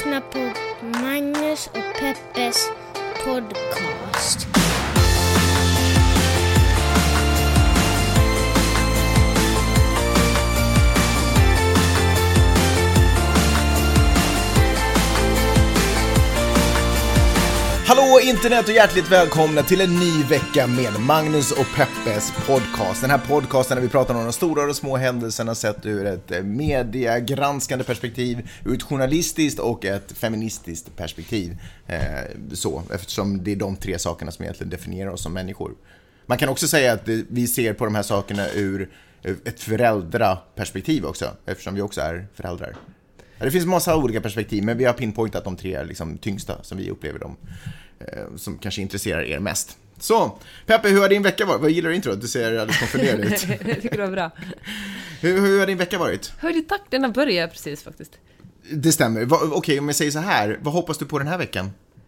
lyssnar på Magnus och Peppes podcast. Hallå internet och hjärtligt välkomna till en ny vecka med Magnus och Peppes podcast. Den här podcasten där vi pratar om de stora och små händelserna sett ur ett mediegranskande perspektiv, ur ett journalistiskt och ett feministiskt perspektiv. Eftersom det är de tre sakerna som egentligen definierar oss som människor. Man kan också säga att vi ser på de här sakerna ur ett föräldraperspektiv också, eftersom vi också är föräldrar. Det finns massa olika perspektiv, men vi har pinpointat de tre liksom tyngsta som vi upplever dem, som kanske intresserar er mest. Så, Peppe, hur har din vecka varit? Vad gillar du introt? Du ser alldeles konfunderad ut. Jag tycker det var bra. Hur har din vecka varit? Hörde, tack, den har börjat precis faktiskt. Det stämmer. Okej, om jag säger så här, vad hoppas du på den här veckan?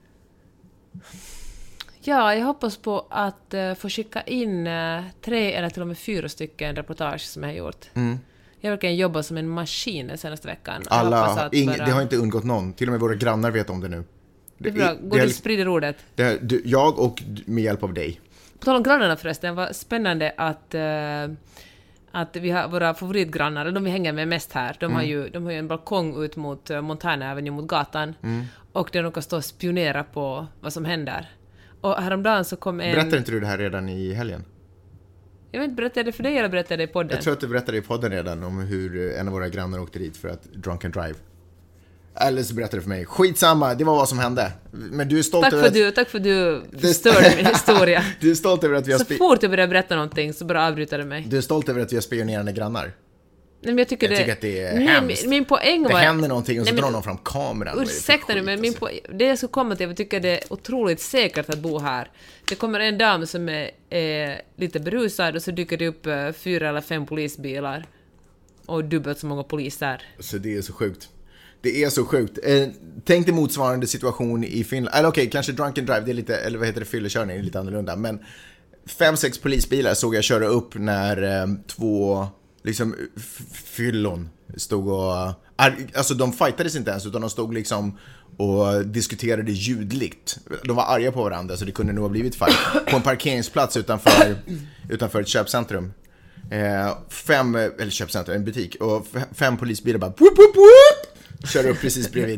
Ja, jag hoppas på att få skicka in 3 eller till och med 4 stycken reportage som jag har gjort. Jag verkar jobba som en maskin den senaste veckan. Det har inte undgått någon. Till och med våra grannar vet om det nu. Det är bra. Går du sprider ordet? Jag och med hjälp av dig. På tal om grannarna förresten, var spännande att vi har våra favoritgrannar, de vi hänger med mest här. De har ju en balkong ut mot Montana Avenue, mot gatan. Och där de kan stå och spionera på vad som händer. Och häromdagen så kom en... Berättade inte du det här redan i helgen? Jag vet inte, berättade jag det för dig eller berättade jag det i podden? Jag tror att du berättade i podden redan om hur en av våra grannar åkte dit för att drunk and drive. Eller så berättade du för mig. Skitsamma, det var vad som hände. Men du är stolt tack över för du förstörde min historia. Du är stolt över att vi har så fort jag började berätta någonting så bara avbryter du mig. Du är stolt över att vi har spionerande grannar. Nej, men jag tycker att det är hemskt. Min poäng var... Det händer någonting och så drar någon fram kameran. Ursäkta nu, men det jag ska komma till, jag tycker det är otroligt säkert att bo här. Det kommer en dam som är lite berusad och så dyker det upp 4 eller 5 polisbilar. Och dubbelt så många poliser. Så det är så sjukt. Det är så sjukt. Tänk dig motsvarande situation i Finland. Eller okej, kanske drunk and drive, det är lite, eller vad heter det, fyllekörning, är lite annorlunda. Men 5-6 polisbilar såg jag köra upp när 2... liksom fyllon stod och... Alltså de fightades inte ens, utan de stod liksom och diskuterade ljudligt. De var arga på varandra, så det kunde nog ha blivit fight. På en parkeringsplats utanför ett köpcentrum. 5, eller köpcentrum, en butik. Och 5 polisbilar bara... Whoop, whoop, whoop! Kör upp precis bredvid.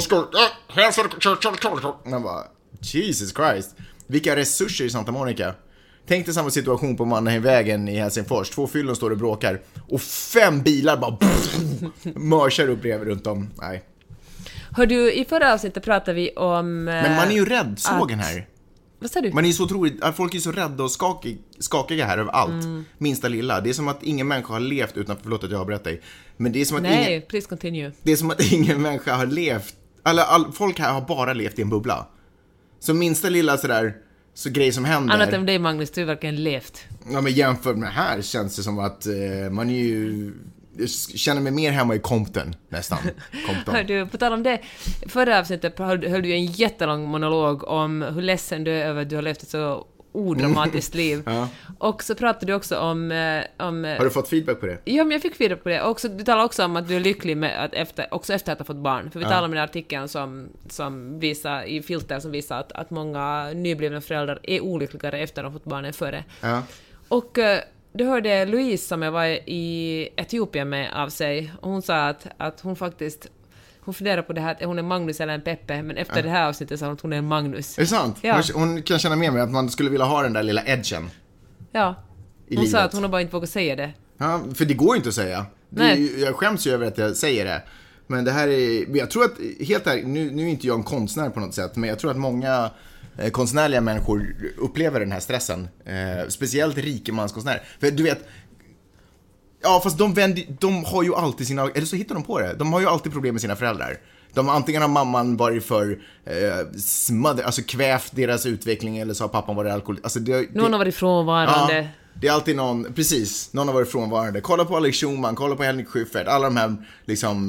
Man bara... Jesus Christ. Vilka resurser i Santa Monica. Tänk dig samma situation på Mannheimvägen i Helsingfors. 2 fyllon står och bråkar. Och 5 bilar bara mörsar upp bredvid runt om. Nej. Hör du, i förra avsnittet pratade vi om... Men man är ju rädd, sågen här. Vad sa du? Man är så otroligt... Folk är så rädda och skakiga här över allt. Minsta lilla. Det är som att ingen människa har levt utan... Förlåt att jag har berättat dig. Men det är som att please continue. Det är som att ingen människa har levt... Folk här har bara levt i en bubbla. Så minsta lilla sådär... Så grejer som händer. Annat än dig, Magnus, du har verkligen levt. Ja, men jämfört med här känns det som att man är ju... Jag känner mig mer hemma i Compton, nästan. Hör du, på tal om det, förra avsnittet höll du en jättelång monolog om hur ledsen du är över att du har levt ett så odramatiskt liv. Ja. Och så pratade du också om... Har du fått feedback på det? Ja, men jag fick feedback på det. Och du talade också om att du är lycklig med att efter att ha fått barn. För vi talade om den artikeln som visar, i Filter, som visar att många nyblivna föräldrar är olyckligare efter att ha fått barn än före. Ja. Och du hörde Louise som jag var i Etiopien med av sig. Och hon sa att hon faktiskt... Hon funderar på det här, att hon är Magnus eller en Peppe, men efter det här avsnittet sa hon att hon är en Magnus. Är det sant? Ja. Hon kan känna med mig att man skulle vilja ha den där lilla edgen. Ja. Hon sa att hon har bara inte vågat säga det. Ja, för det går inte att säga. Jag skäms ju över att jag säger det. Men det här är... Jag tror att, helt här, nu är inte jag en konstnär på något sätt, men jag tror att många konstnärliga människor upplever den här stressen. Speciellt rikemanskonstnärer. För du vet... Ja, fast de har ju alltid sina... Eller så hittar de på det. De har ju alltid problem med sina föräldrar. Antingen har mamman varit för alltså kvävt deras utveckling, eller så har pappan varit alkohol. Alltså någon har varit frånvarande. Ja, det är alltid någon, precis, någon har varit frånvarande. Kolla på Alex Schulman, kolla på Henrik Schyffert. Alla de här liksom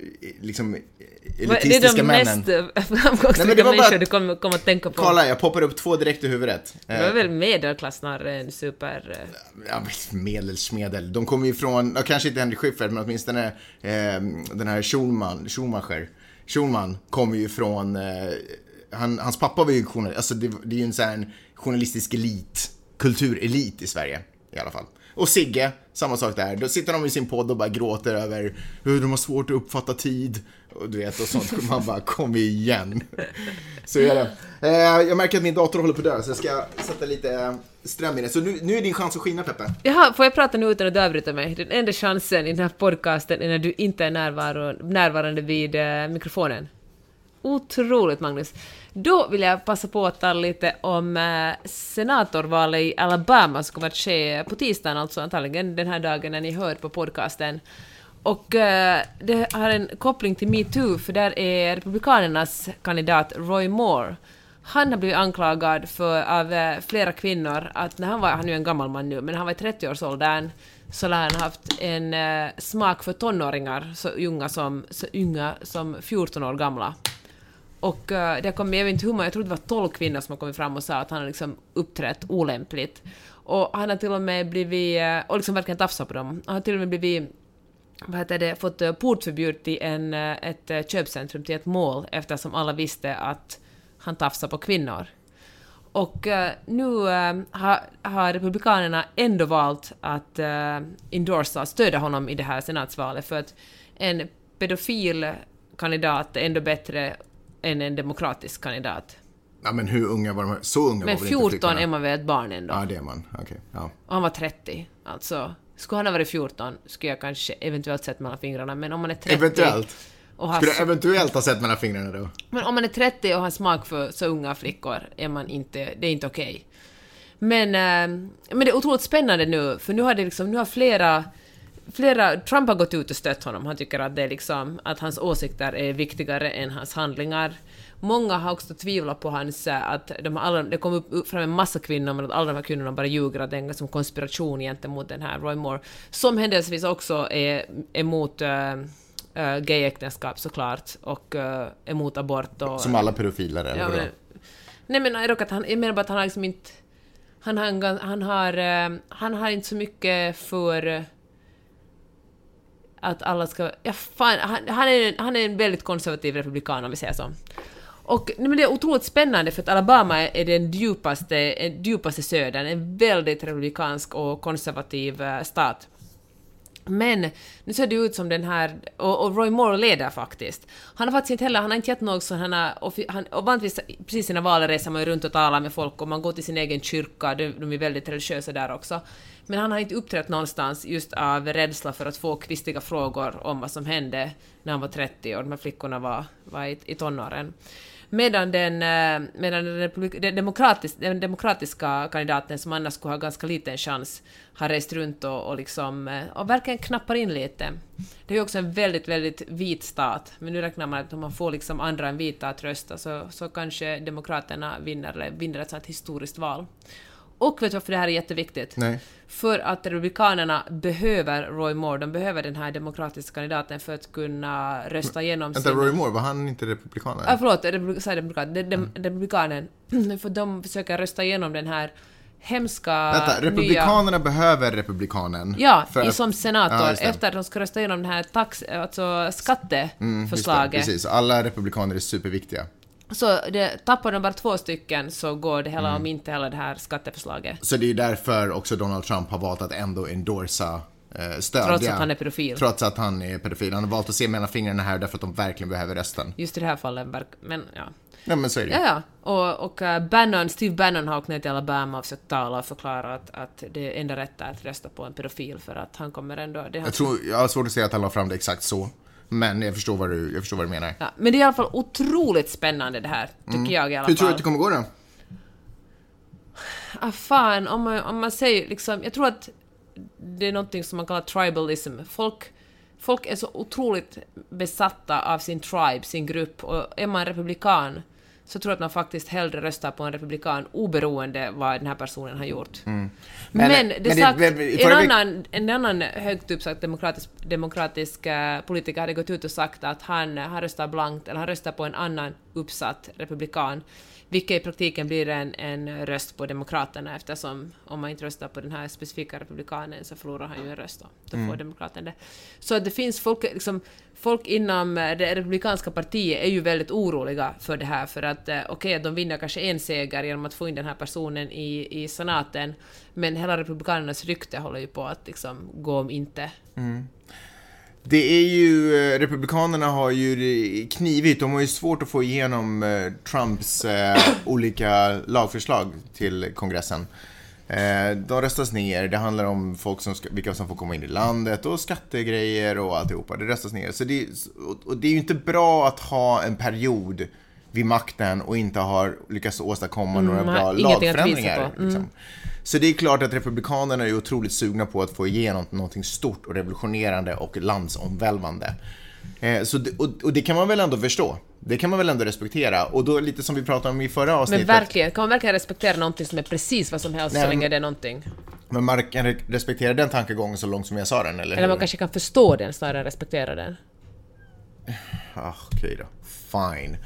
elitistiska männen. Det är de mest framgångsrika människor du kommer att tänka på. Kolla, jag poppar upp 2 direkt i huvudet. Det var väl medelklass snarare än super... Ja, medel. De kommer ju från, kanske inte Henrik Schyffert, men åtminstone den här Schumacher. Schulman kommer ju från... hans pappa var ju journalist. Alltså det är ju en sån här journalistisk elit. Kulturelit i Sverige i alla fall. Och Sigge, samma sak där. Då sitter de i sin podd och bara gråter över hur de har svårt att uppfatta tid. Och du vet, och sånt. Man bara, kom igen. Så är det. Jag märker att min dator håller på att dö, så jag ska sätta lite ström i det. Så nu är din chans att skina, Peppe. Jaha, får jag prata nu utan att avbryta mig? Den enda chansen i den här podcasten är när du inte är närvarande vid mikrofonen. Otroligt, Magnus. Då vill jag passa på att tala lite om senatorvalet i Alabama som kommer att ske på tisdagen, alltså antagligen den här dagen när ni hör på podcasten. Och det har en koppling till MeToo, för där är republikanernas kandidat Roy Moore. Han har blivit anklagad av flera kvinnor att när han är ju en gammal man nu, men när han var i 30-årsåldern så lär han haft en smak för tonåringar så unga som 14 år gamla. Och det kom, jag vet inte hur många, jag tror det var 12 kvinnor som har kommit fram och sa att han har liksom uppträtt olämpligt. Och han har till och med blivit, och liksom verkligen tafsat på dem, han har till och med blivit fått portförbud till ett köpcentrum, till ett mål, eftersom alla visste att han tafsade på kvinnor. Och nu har republikanerna ändå valt att stödja honom i det här senatsvalet, för att en pedofil kandidat är ändå bättre än en demokratisk kandidat. Ja, men hur unga var de? Så unga men var väl inte 14 är man väl ett barn ändå. Ja, det är man. Okej. Ja. Och han var 30, alltså. Skulle han ha varit 14 skulle jag kanske eventuellt sett mellan fingrarna, men om man är 30... Eventuellt? Skulle du eventuellt ha sett mellan fingrarna då? Men om man är 30 och har smak för så unga flickor är man inte... Det är inte okej. Men det är otroligt spännande nu, för nu har flera... Trump har gått ut och stött honom. Han tycker att det är liksom... att hans åsikter är viktigare än hans handlingar. Många har också tvivlat på hans... att det kom upp fram en massa kvinnor, men att alla de här kvinnorna bara ljuger, att det är en som konspiration gentemot den här Roy Moore. Som händelsevis också är emot gayäktenskap såklart, och emot abort. Och, som alla pedofiler, eller ja, nej, men jag menar bara att han har liksom inte... Han har inte så mycket för... att alla ska... Ja, fan, han är en väldigt konservativ republikan, om vi säger så. Och men det är otroligt spännande, för att Alabama är den djupaste södern, en väldigt republikansk och konservativ stat. Men nu ser det ut som den här, och Roy Moore leder faktiskt. Han har faktiskt inte heller, han har inte gett något sån här, och vanligtvis precis sina valresor man är runt och talar med folk, och man går till sin egen kyrka, de är väldigt religiösa där också. Men han har inte uppträtt någonstans just av rädsla för att få kvistiga frågor om vad som hände när han var 30 och de här flickorna var i tonåren. Medan den demokratiska kandidaten, som annars skulle ha ganska liten chans, har rest runt och verkligen knappar in lite. Det är ju också en väldigt, väldigt vit stat, men nu räknar man att om man får liksom andra än vita att rösta, så kanske demokraterna vinner ett sånt historiskt val. Och vet du varför det här är jätteviktigt? Nej. För att republikanerna behöver Roy Moore, de behöver den här demokratiska kandidaten för att kunna rösta igenom Roy Moore, var han inte republikaner? Förlåt, republikanen. För de försöker rösta igenom den här hemska republikanerna behöver republikanen. Ja, som senator, efter att de ska rösta igenom den här skatteförslaget. Precis, alla republikaner är superviktiga. Så tappar de bara 2 stycken, så går det hela om inte hela det här skatteförslaget. Så det är därför också Donald Trump har valt att ändå endorsa stödja. Trots att han är pedofil. Trots att han är pedofil. Han har valt att se mellan fingrarna här därför att de verkligen behöver rösten. Just i det här fallet, men ja. Ja, men så är det. Ja. Och Steve Bannon har åkt ner till Alabama och försökt tala och förklara att det enda rätta är att rösta på en pedofil, för att han kommer ändå... Jag har svårt att säga att han la fram det exakt så. Men jag förstår vad du menar. Ja, men det är i alla fall otroligt spännande det här, tycker jag i alla fall. Hur tror du att det kommer gå då? Fan, om man säger liksom... Jag tror att det är någonting som man kallar tribalism. Folk är så otroligt besatta av sin tribe, sin grupp. Och är man republikan, så tror jag att man faktiskt hellre röstar på en republikan oberoende vad den här personen har gjort. Men en annan högt uppsatt demokratisk politiker hade gått ut och sagt att han röstar blankt, eller han röstar på en annan uppsatt republikan. vilket i praktiken blir en röst på Demokraterna, eftersom om man inte röstar på den här specifika republikanen så förlorar han ju en röst då får Demokraten det. Så det finns folk inom det republikanska partiet är ju väldigt oroliga för det här, för att okej, de vinner kanske en seger genom att få in den här personen i senaten, men hela republikanernas rykte håller ju på att liksom gå om inte. Det är ju, republikanerna har ju det knivigt, de har ju svårt att få igenom Trumps olika lagförslag till kongressen. De röstas ner, det handlar om folk vilka som får komma in i landet och skattegrejer och alltihopa, det röstas ner. Så det är ju inte bra att ha en period vid makten och inte har lyckats åstadkomma några bra lagförändringar. Liksom. Så det är klart att republikanerna är otroligt sugna på att få igenom någonting stort och revolutionerande och landsomvälvande. Och det kan man väl ändå förstå. Det kan man väl ändå respektera. Och då lite som vi pratade om i förra avsnittet. Men verkligen, kan man verkligen respektera någonting som är precis vad som helst så länge det är någonting? Men man kan respektera den tankegången så långt som jag sa den, eller man kanske kan förstå den snarare än respektera den. Okej då, fine.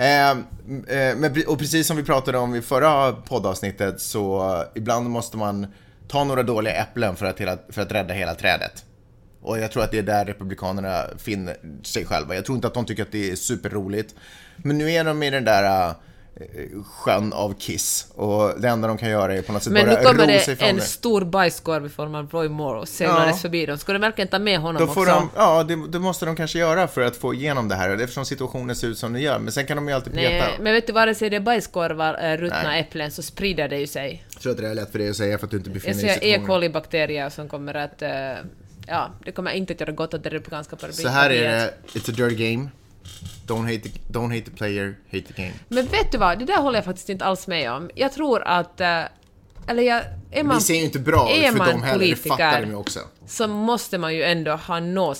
Och precis som vi pratade om i förra poddavsnittet, så ibland måste man ta några dåliga äpplen för att rädda hela trädet. Och jag tror att det är där republikanerna finner sig själva. Jag tror inte att de tycker att det är superroligt. Men nu är de i den där sjön av kiss. Och det enda de kan göra är på något sätt bara ro sig från det. Men nu kommer det en stor bajskorv i form av Roy Moore och seglades förbi dem. Ska de verkligen ta med honom då får också? Det måste de kanske göra för att få igenom det här. Eftersom situationen ser ut som den gör. Men sen kan de ju alltid peta. Nej, men vet du, vare sig det är bajskorvar, ruttna äpplen, så sprider det ju sig. Jag tror att det är lätt för dig att säga för att du inte befinner dig i situationen. Jag ser E. coli-bakterier som kommer att... det kommer inte att göra gott åt det republikanska partiet. Så här är det, it's a dirty game. Don't hate the player, hate the game. Men vet du vad, det där håller jag faktiskt inte alls med om. Jag tror att... vi ser ju inte bra för dem heller, det fattar de ju också. Så måste man ju ändå ha någon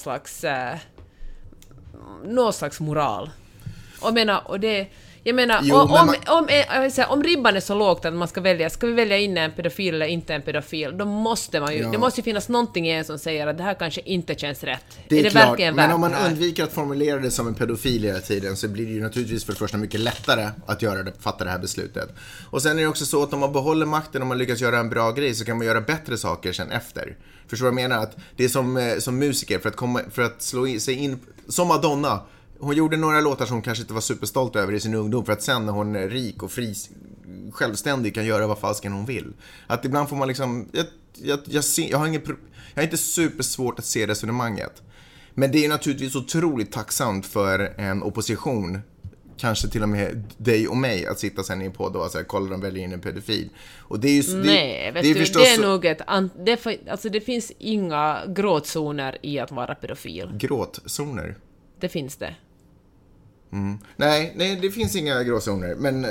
slags moral. Om ribban är så lågt att man ska vi välja in en pedofil eller inte en pedofil, då måste man ju, det måste ju finnas någonting i en som säger att det här kanske inte känns rätt. Det är klart, men om man undviker att formulera det som en pedofil hela tiden, så blir det ju naturligtvis för det första mycket lättare att fatta det här beslutet. Och sen är det också så att om man behåller makten och man lyckas göra en bra grej, så kan man göra bättre saker sen efter. Förstår vad jag menar? Att det är som musiker, för att slå sig in som Madonna. Hon gjorde några låtar som hon kanske inte var superstolt över i sin ungdom, för att sen när hon är rik och fri, självständig, kan göra vad fasken hon vill. Att ibland får man liksom... Jag har inte supersvårt att se resonemanget. Men det är naturligtvis otroligt tacksamt för en opposition, kanske till och med dig och mig, att sitta sen i en podd och kolla de väljer in en pedofil. Och det är ju... det är nog ett... det finns inga gråtzoner i att vara pedofil. Gråtzoner? Det finns det. Nej, det finns inga gråzoner. Men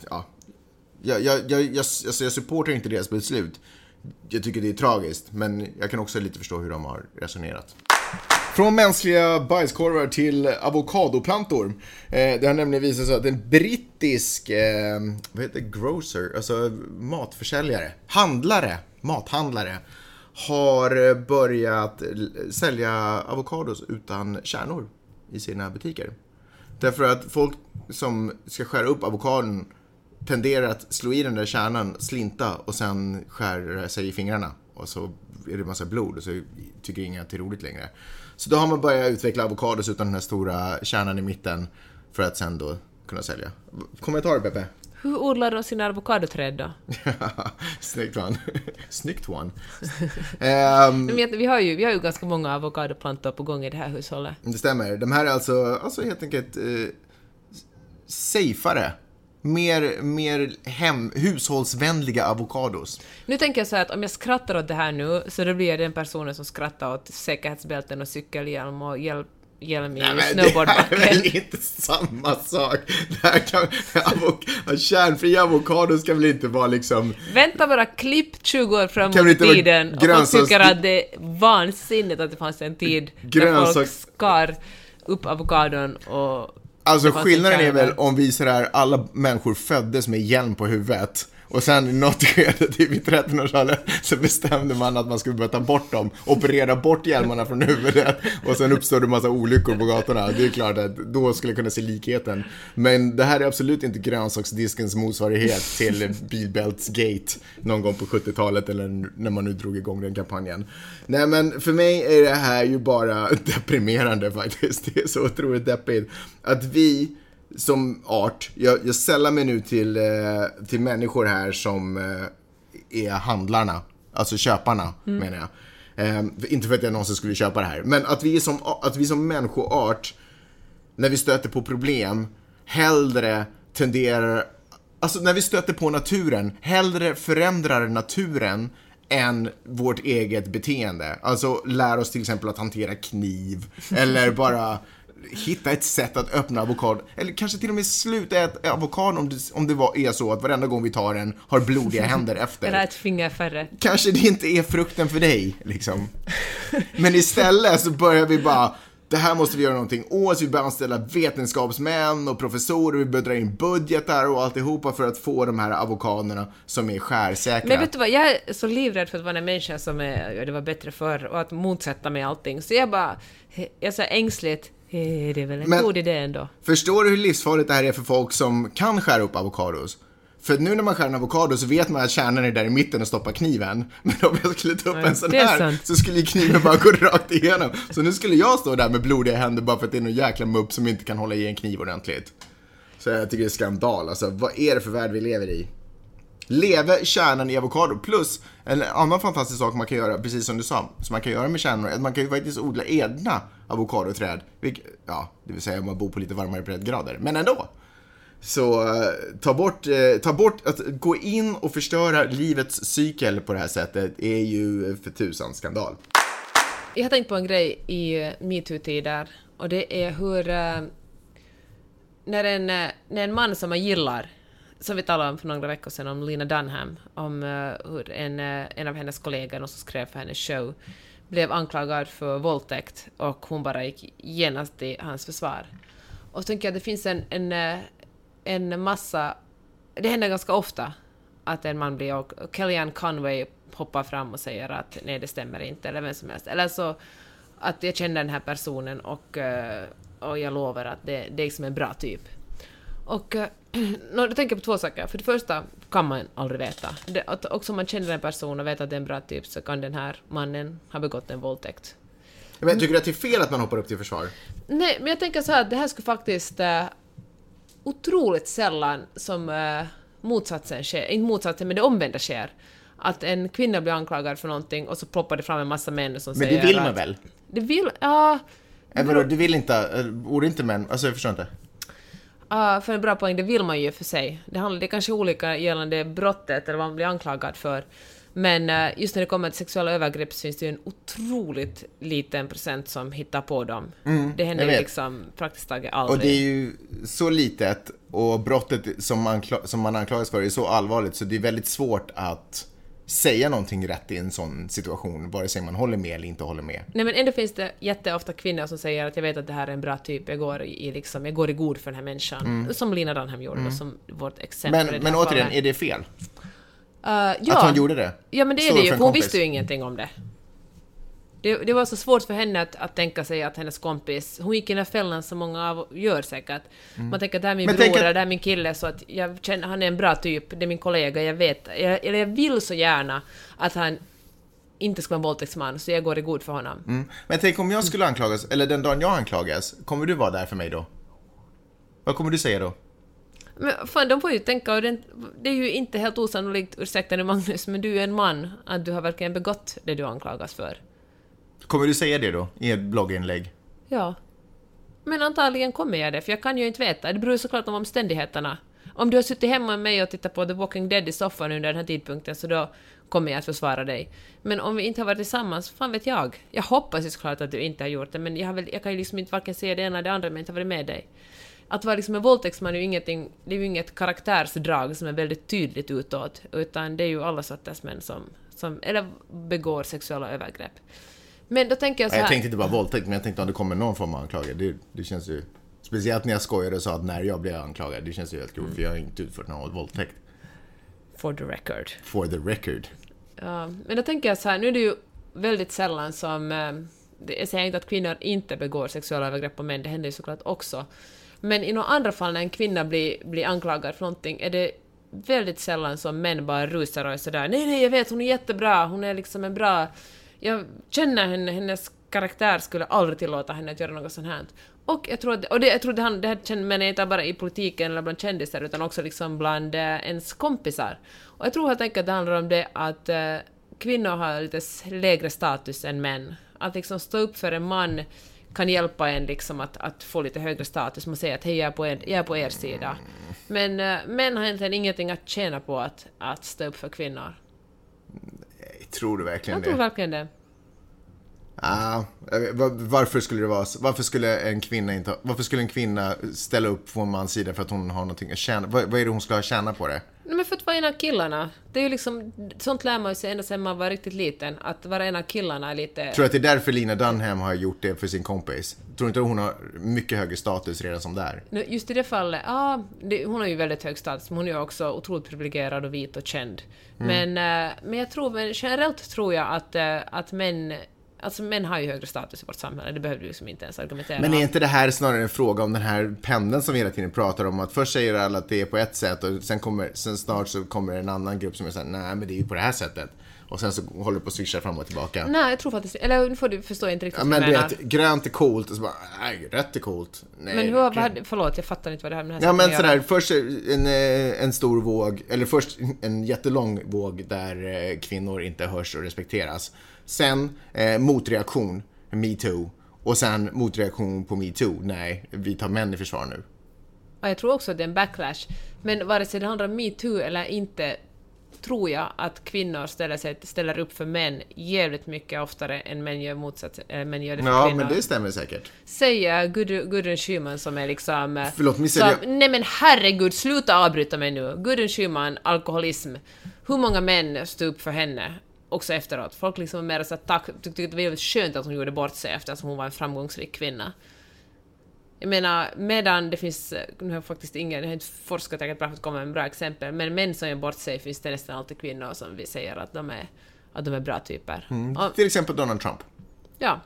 jag supportar inte deras beslut. Jag tycker det är tragiskt, men jag kan också lite förstå hur de har resonerat. Från mänskliga bajskorvar till avokadoplantor. Det har nämligen visat sig att en brittisk grocer, alltså matförsäljare, mathandlare, har börjat sälja avokados utan kärnor i sina butiker. Därför att folk som ska skära upp avokadon tenderar att slå i den där kärnan, slinta och sen skära sig i fingrarna. Och så är det massa blod och så tycker ingen att det är roligt längre. Så då har man börjat utveckla avokados utan den här stora kärnan i mitten för att sen då kunna sälja. Kommentarer, Peppe? Hur odlar de sina avokadoträd då? Snyggt one. Vi har ju ganska många avokadoplantor på gång i det här hushållet. Det stämmer. De här är alltså helt enkelt safeare. Mer hushållsvänliga avokados. Nu tänker jag så här att om jag skrattar åt det här nu, så då blir jag den personen som skrattar åt säkerhetsbälten och cykelhjälm och hjälm i snowboardbacken. Det här är väl inte samma sak. Det här kärnfria avokados kan väl inte vara liksom... Vänta bara, klipp 20 år framåt i tiden och folk tycker att det är vansinnigt att det fanns en tid där folk skar upp avokadon och... Alltså skillnaden är väl om vi sådär, alla människor föddes med hjälm på huvudet Och sen i något skede typ i 13-årsåldern så bestämde man att man skulle börja ta bort dem, operera bort hjälmarna från huvudet, och sen uppstod det en massa olyckor på gatorna. Det är klart att då skulle jag kunna se likheten. Men det här är absolut inte grönsaksdiskens motsvarighet till bilbältsgate någon gång på 70-talet eller när man nu drog igång den kampanjen. Nej, men för mig är det här ju bara deprimerande faktiskt. Det är så otroligt deppigt att vi som art, jag sällar mig nu till människor här som är handlarna, alltså köparna menar jag. Inte för att jag någonsin skulle köpa det här, men att vi som människoart, när vi stöter på problem, hellre tenderar, alltså när vi stöter på naturen, hellre förändrar naturen än vårt eget beteende. Alltså lär oss till exempel att hantera kniv eller bara hitta ett sätt att öppna avokado, eller kanske till och med sluta äta avokado om det är så att varenda gång vi tar den har blodiga händer efter. Eller ett finger färre. Kanske det inte är frukten för dig liksom. Men istället så börjar vi bara, det här måste vi göra någonting åt. Vi börjar anställa vetenskapsmän och professorer, vi börjar dra in budgetar och alltihopa för att få de här avokadorna som är skärsäkra. Men vet du vad, jag är så livrädd för att vara en människa som det var bättre förr och att motsätta mig allting. Så jag är så ängsligt. Det är väl en god idé ändå. Förstår du hur livsfarligt det här är för folk som kan skära upp avokados? För nu när man skär en avokado så vet man att kärnan är där i mitten och stoppar kniven. Men om jag skulle ta upp en sån här så skulle kniven bara gå rakt igenom. Så nu skulle jag stå där med blodiga händer bara för att det är någon jäkla mupp som inte kan hålla i en kniv ordentligt. Så jag tycker det är skandal. Alltså, vad är det för värld vi lever i? Leve kärnan i avokado. Plus en annan fantastisk sak man kan göra, precis som du sa, som man kan göra med kärnan, att man kan ju faktiskt odla egna avokadoträd. Ja, det vill säga om man bor på lite varmare breddgrader. Men ändå. Så ta bort att gå in och förstöra livets cykel på det här sättet är ju för tusan skandal. Jag har tänkt på en grej i MeToo-tider, och det är hur när en man som man gillar, som vi talade om för några veckor sedan om Lena Dunham, om hur en av hennes kollegor som skrev för hennes show blev anklagad för våldtäkt och hon bara gick genast i hans försvar. Och så tänker jag att det finns en massa, det händer ganska ofta att en man blir, och Kellyanne Conway hoppar fram och säger att nej, det stämmer inte, eller vem som helst. Eller så att jag känner den här personen och jag lovar att det är liksom en bra typ. Och jag tänker på två saker. För det första kan man aldrig veta. Också om man känner en person och vet att det är en bra typ, så kan den här mannen ha begått en våldtäkt. Men tycker du att det är fel att man hoppar upp till försvar? Nej, men jag tänker så här att det här skulle faktiskt otroligt sällan som motsatsen sker. Inte motsatsen, men det omvända sker. Att en kvinna blir anklagad för någonting och så ploppar det fram en massa män som säger... Men det vill man väl? Det vill... Ja... Du vill inte... Borde inte män... Alltså jag förstår inte. För en bra poäng, det vill man ju för sig. Det är kanske olika gällande brottet eller vad man blir anklagad för. Men just när det kommer till sexuella övergrepp så finns det ju en otroligt liten procent som hittar på dem. Det händer ju liksom praktiskt taget aldrig. Och det är ju så litet, och brottet som man anklagas för är så allvarligt, så det är väldigt svårt att säga någonting rätt i en sån situation, vare sig man håller med eller inte håller med. Nej, men ändå finns det jätteofta kvinnor som säger att jag vet att det här är en bra typ, jag går i god för den här människan, som Lena Dunham gjorde och som vårt exempel. Men återigen, är det fel? Ja. Att hon gjorde det? Ja, men det är det ju, för hon visste ju ingenting om det. Det var så svårt för henne att tänka sig att hennes kompis, hon gick i den här fällan som många gör säkert. Man tänker att det här är min bror, det här är min kille, så att jag känner han är en bra typ, det är min kollega, jag vet, jag vill så gärna att han inte ska vara en våldtäktsman, så jag går i god för honom. Men tänk om jag skulle anklagas, eller den dagen jag anklagas, kommer du vara där för mig då? Vad kommer du säga då? Men fan, de får ju tänka, och det är ju inte helt osannolikt, ursäkta nu Magnus, men du är en man, att du har verkligen begått det du anklagas för. Kommer du säga det då i ett blogginlägg? Ja. Men antagligen kommer jag det, för jag kan ju inte veta. Det beror såklart om omständigheterna. Om du har suttit hemma med mig och tittat på The Walking Dead i soffan under den här tidpunkten, så då kommer jag att försvara dig. Men om vi inte har varit tillsammans, fan vet jag. Jag hoppas ju såklart att du inte har gjort det, men jag kan ju liksom inte varken säga det ena eller det andra, men inte har varit med dig. Att vara liksom en våldtäktsman är ju inget karaktärsdrag som är väldigt tydligt utåt, utan det är ju alla sorters män som eller begår sexuella övergrepp. Men då tänker jag så här... Jag tänkte inte bara våldtäkt, men jag tänkte om det kommer någon form av anklagad. Det känns ju... Speciellt när jag skojade och sa att när jag blev anklagad, det känns ju helt grovt, för jag har inte utfört någon våldtäkt. For the record. For the record. Ja, men då tänker jag så här, nu är det ju väldigt sällan som... jag säger inte att kvinnor inte begår sexuella övergrepp på män, det händer ju såklart också. Men i några andra fall när en kvinna blir anklagad för någonting är det väldigt sällan som män bara rusar och är sådär nej, jag vet, hon är jättebra, hon är liksom en bra... Jag känner henne, hennes karaktär skulle aldrig tillåta henne att göra något sånt här. Och jag tror att, det här känner man inte bara i politiken eller bland kändisar utan också liksom bland ens kompisar. Och jag tror helt enkelt att det handlar om det att kvinnor har lite lägre status än män. Att liksom stå upp för en man kan hjälpa en liksom att få lite högre status. Man säger att hej, jag är på er sida. Men män har egentligen ingenting att tjäna på att stå upp för kvinnor. Tror du verkligen det? Jag tror verkligen det. Varför skulle det vara så? Varför skulle en kvinna ställa upp på en mans sida för att hon har någonting att tjäna? Vad är det hon ska ha tjäna på det? Nej, men för att vara en av killarna. Det är ju liksom, sånt lär man sig ända sedan man var riktigt liten. Att vara en av killarna är lite... Tror du att det är därför Lena Dunham har gjort det för sin kompis? Tror inte att hon har mycket högre status redan som där? Just i det fallet, hon har ju väldigt hög status. Men hon är ju också otroligt privilegierad och vit och känd. Men jag tror, generellt tror jag att män... Alltså män har ju högre status i vårt samhälle, det behöver du liksom inte ens argumentera. Men är inte det här snarare en fråga om den här pendeln som vi hela tiden pratar om? Att först säger alla att det är på ett sätt och sen snart så kommer en annan grupp som är såhär, nej men det är ju på det här sättet. Och sen så håller det på att swisha fram och tillbaka. Nej, jag tror faktiskt, eller nu får du förstå inte riktigt vad jag menar. Men grönt är coolt och så bara, nej, rött är coolt. Nej, men förlåt, jag fattar inte vad det här med den här. Ja men sådär, först en stor våg, eller först en jättelång våg där kvinnor inte hörs och respekteras. Sen motreaktion, MeToo. Och sen motreaktion på MeToo. Nej, vi tar män i försvar nu. Ja, jag tror också att det är en backlash. Men vare sig det handlar om MeToo eller inte, tror jag att kvinnor ställer upp för män jävligt mycket oftare än män gör motsats. Män gör det för kvinnor. Men det stämmer säkert. Säger Gudrun Schyman som är liksom... Förlåt, nej men herregud, sluta avbryta mig nu. Gudrun Schyman, alkoholism. Hur många män stod upp för henne? Också efteråt. Folk liksom mer så tyckte det var väldigt skönt att hon gjorde bort sig eftersom hon var en framgångsrik kvinna. Jag menar, medan det finns, nu har jag faktiskt jag har inte forskat tillräckligt bra för att komma med en bra exempel, men män som gör bort sig finns det nästan alltid kvinnor som vi säger att de är bra typer. Till exempel Donald Trump. Ja.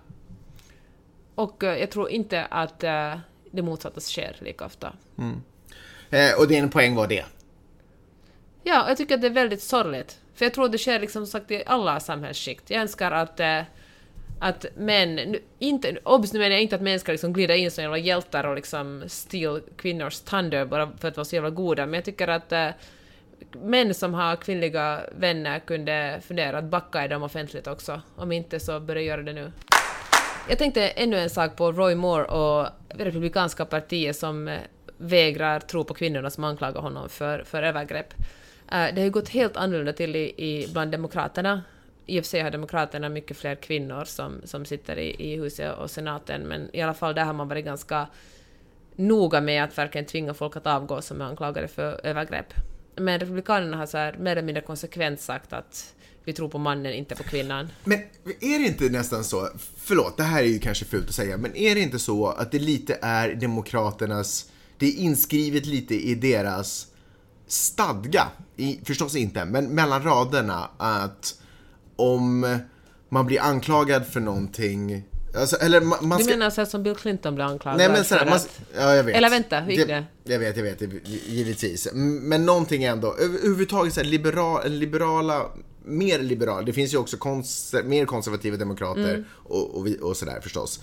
Och jag tror inte att det motsatta sker lika ofta. Och din poäng var det? Ja, jag tycker att det är väldigt sorgligt. För jag tror det sker liksom sagt i alla samhällsskikt. Jag önskar att män, inte, obviously menar jag inte att män ska liksom glida in som jävla hjältar och liksom steal kvinnors thunder bara för att vara så jävla goda. Men jag tycker att män som har kvinnliga vänner kunde fundera att backa i dem offentligt också. Om inte så börjar göra det nu. Jag tänkte ännu en sak på Roy Moore och republikanska partiet som vägrar tro på kvinnorna som anklagar honom för övergrepp. Det har ju gått helt annorlunda till bland demokraterna. I och för sig har demokraterna mycket fler kvinnor som sitter i huset och senaten, men i alla fall där har man varit ganska noga med att verkligen tvinga folk att avgå som är anklagade för övergrepp. Men republikanerna har så här mer eller mindre konsekvent sagt att vi tror på mannen, inte på kvinnan. Men är det inte nästan så, förlåt, det här är ju kanske fult att säga, men är det inte så att det lite är demokraternas, det är inskrivet lite i deras stadga, förstås inte, men mellan raderna, att om man blir anklagad för någonting, alltså, eller man ska... Du menar så här som Bill Clinton blev anklagad? Nej, men så här, ja, jag vet. Eller vänta, hur gick det? Jag vet, givetvis. Men någonting ändå, överhuvudtaget så här, mer liberala, det finns ju också mer konservativa demokrater och sådär förstås.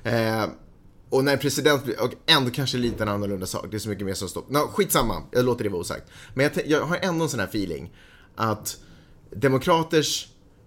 Och när president blir, och ändå kanske lite en annorlunda sak, det är så mycket mer som står. Skitsamma, jag låter det vara osagt. Men jag har ändå en sån här feeling att demokraters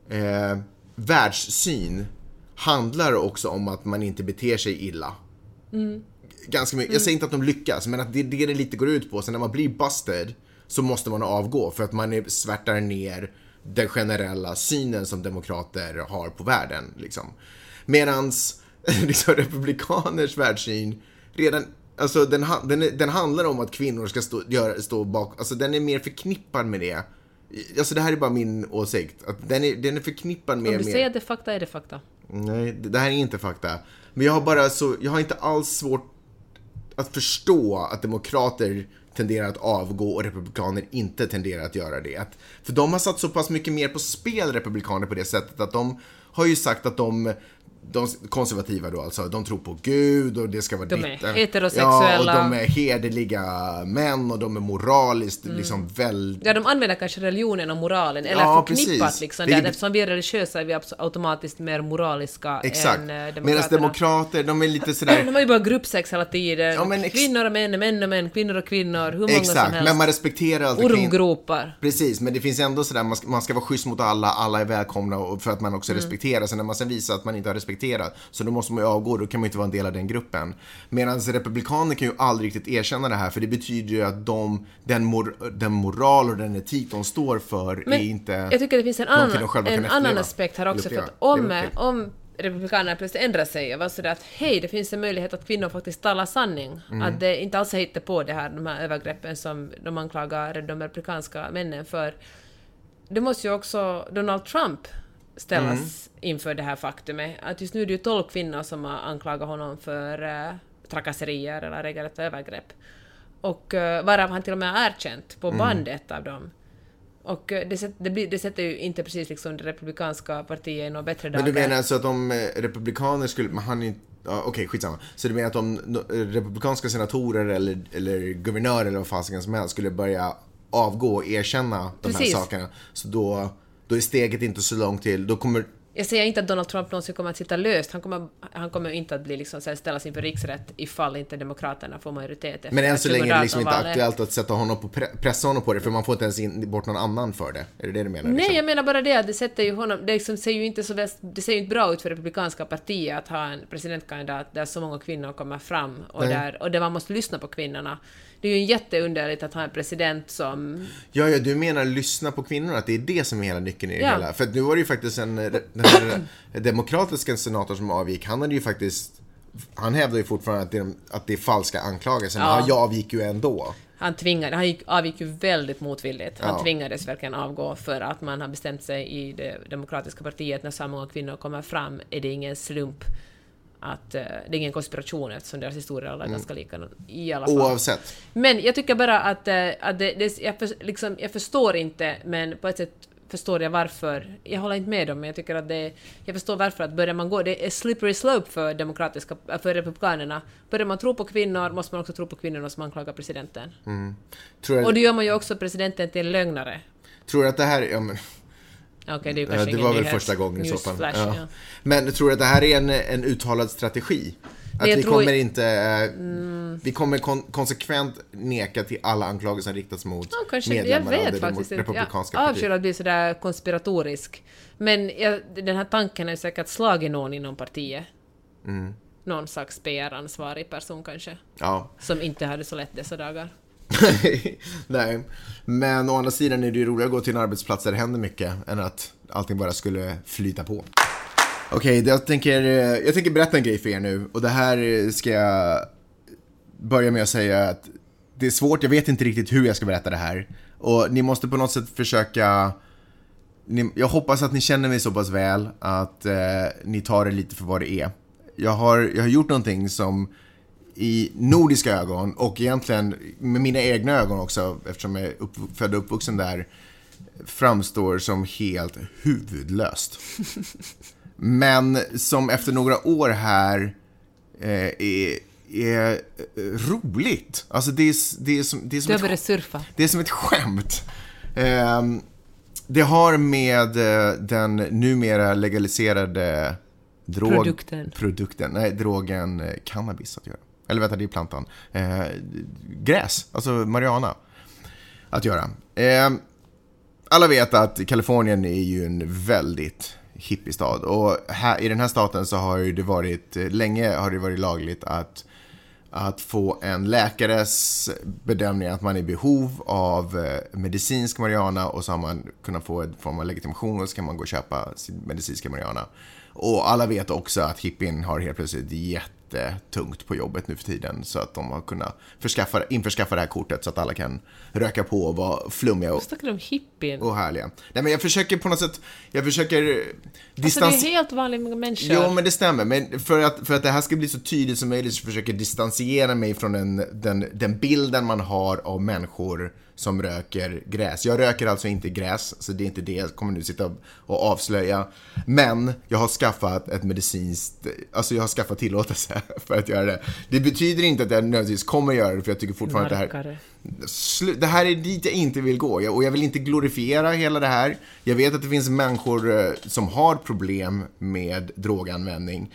världssyn handlar också om att man inte beter sig illa. Ganska mycket. Jag säger inte att de lyckas, men att det lite går ut på. Så när man blir busted så måste man avgå för att man svärtar ner den generella synen som demokrater har på världen. Liksom. Medans liksom, republikaners världssyn redan, alltså, den handlar om att kvinnor ska stå bak. Alltså den är mer förknippad med det. Alltså det här är bara min åsikt. Att den är förknippad med... Om du säger att det är fakta, är det fakta. Nej, det här är inte fakta. Men jag har inte alls svårt att förstå att demokrater tenderar att avgå och republikaner inte tenderar att göra det. För de har satt så pass mycket mer på spel, republikaner, på det sättet att de har ju sagt att de konservativa då, alltså, de tror på Gud och det ska vara de är heterosexuella. Ja, och de är hederliga män och de är moraliskt liksom Ja, de använder kanske religionen och moralen, eller förknippat liksom, eftersom vi är religiösa är vi automatiskt mer moraliska än demokraterna. Medan demokrater, de är lite sådär... De har ju bara gruppsex hela tiden. Ja, kvinnor och män, kvinnor och kvinnor, hur många som helst. Men man respekterar alltid ormgropar. Precis, men det finns ändå sådär, man ska vara schysst mot alla är välkomna och för att man också respekterar. Så när man sen visar att man inte har respekterat, så då måste man ju avgå, då kan man inte vara en del av den gruppen. Medan republikaner kan ju aldrig riktigt erkänna det här, för det betyder ju att den moral och den etik de står för men är inte... Jag tycker det finns en annan aspekt här också, för att om republikanerna plötsligt ändrar sig och var sådär att hej, det finns en möjlighet att kvinnor faktiskt talar sanning. Att det inte alls hittar på de här övergreppen som de anklagar de republikanska männen för. Det måste ju också Donald Trump ställas inför det här faktumet. Att just nu är det ju 12 kvinnor som har anklagat honom för trakasserier eller regelrätta övergrepp. Och varav han till och med har erkänt på bandet av dem. Och det sätter ju inte precis liksom det republikanska partiet i något bättre dagar. Men du menar alltså att om republikaner skulle... Okej, skitsamma. Så du menar att om republikanska senatorer eller guvernörer eller vad fasiken som helst skulle börja avgå och erkänna de här sakerna, så då är steget inte så långt till. Då kommer... Jag säger inte att Donald Trump någonsin kommer att sitta löst. Han kommer inte att bli liksom, ställas inför riksrätt ifall inte demokraterna får majoritet. Men än så länge är det liksom inte aktuellt att sätta honom på pressa honom på det, för man får inte ens bort någon annan för det. Är det du menar? Nej, liksom? Jag menar bara det att det sätter ju honom, det liksom ser ju inte så det ser ju inte bra ut för republikanska partiet att ha en presidentkandidat där så många kvinnor kommer fram och där man måste lyssna på kvinnorna. Det är ju jätteunderligt att ha en president som... Ja, du menar lyssna på kvinnorna, att det är det som är hela nyckeln i det hela. För nu var det ju faktiskt den här demokratiska senator som avgick, han hävdar ju fortfarande att det är falska anklagelser, men han avgick ju ändå. Han avgick ju väldigt motvilligt. Han tvingades verkligen avgå för att man har bestämt sig i det demokratiska partiet när så många kvinnor kommer fram är det ingen slump. Att det är ingen konspiration eftersom deras historia är ganska lika i alla fall. Oavsett. Men jag tycker bara att jag förstår inte, men på ett sätt förstår jag varför. Jag håller inte med dem, men jag tycker att jag förstår varför att börjar man gå, det är slippery slope för republikanerna. Börjar man tro på kvinnor måste man också tro på kvinnorna som anklagar presidenten. Och det gör man ju också presidenten till en lögnare. Tror du att det här är... Okay, det var väl första gången i så fall. Men tror du att det här är en uttalad strategi? Att vi kommer konsekvent neka till alla anklagelser som riktas mot medlemmar av det republikanska partiet. Avskyr att bli sådär konspiratorisk. Men den här tanken är säkert slagen någon inom partiet. Någon slags PR-ansvarig person kanske. Ja. Som inte hade så lätt dessa dagar. Nej, men å andra sidan är det ju roligare att gå till en arbetsplats där det händer mycket än att allting bara skulle flyta på. Okej, jag tänker berätta en grej för er nu, och det här ska jag börja med att säga att det är svårt, jag vet inte riktigt hur jag ska berätta det här, och ni måste på något sätt försöka, jag hoppas att ni känner mig så pass väl att ni tar det lite för vad det är. Jag har gjort någonting som i nordiska ögon, och egentligen med mina egna ögon också, eftersom jag är född och uppvuxen där, framstår som helt huvudlöst. Men som efter några år här är roligt. Alltså det är som ett skämt. Det har med den numera legaliserade drogen cannabis att göra. Eller vänta, det är plantan. Gräs, alltså marijuana att göra. Alla vet att Kalifornien är ju en väldigt hippiestad, och här, i den här staten så har det varit lagligt att få en läkares bedömning att man är i behov av medicinsk marijuana, och så har man kunnat få en form av legitimation, och så kan man gå och köpa sin medicinska marijuana. Och alla vet också att hippien har helt plötsligt jättetungt på jobbet nu för tiden, så att de har kunnat införskaffa det här kortet så att alla kan röka på och vara flummiga och, snackar om hippien. och härliga. Nej, men jag försöker på något sätt, Det är helt vanliga människor. Jo, men det stämmer. Men för att det här ska bli så tydligt som möjligt så försöker jag distansera mig från den bilden man har av människor som röker gräs. Jag röker alltså inte gräs, så det är inte det jag kommer nu sitta och avslöja. Men jag har skaffat ett medicinskt, alltså jag har skaffat tillåtelse för att göra det. Det betyder inte att jag nödvändigtvis kommer göra det, för jag tycker fortfarande att det här är dit jag inte vill gå. Och jag vill inte glorifiera hela det här. Jag vet att det finns människor som har problem med droganvändning.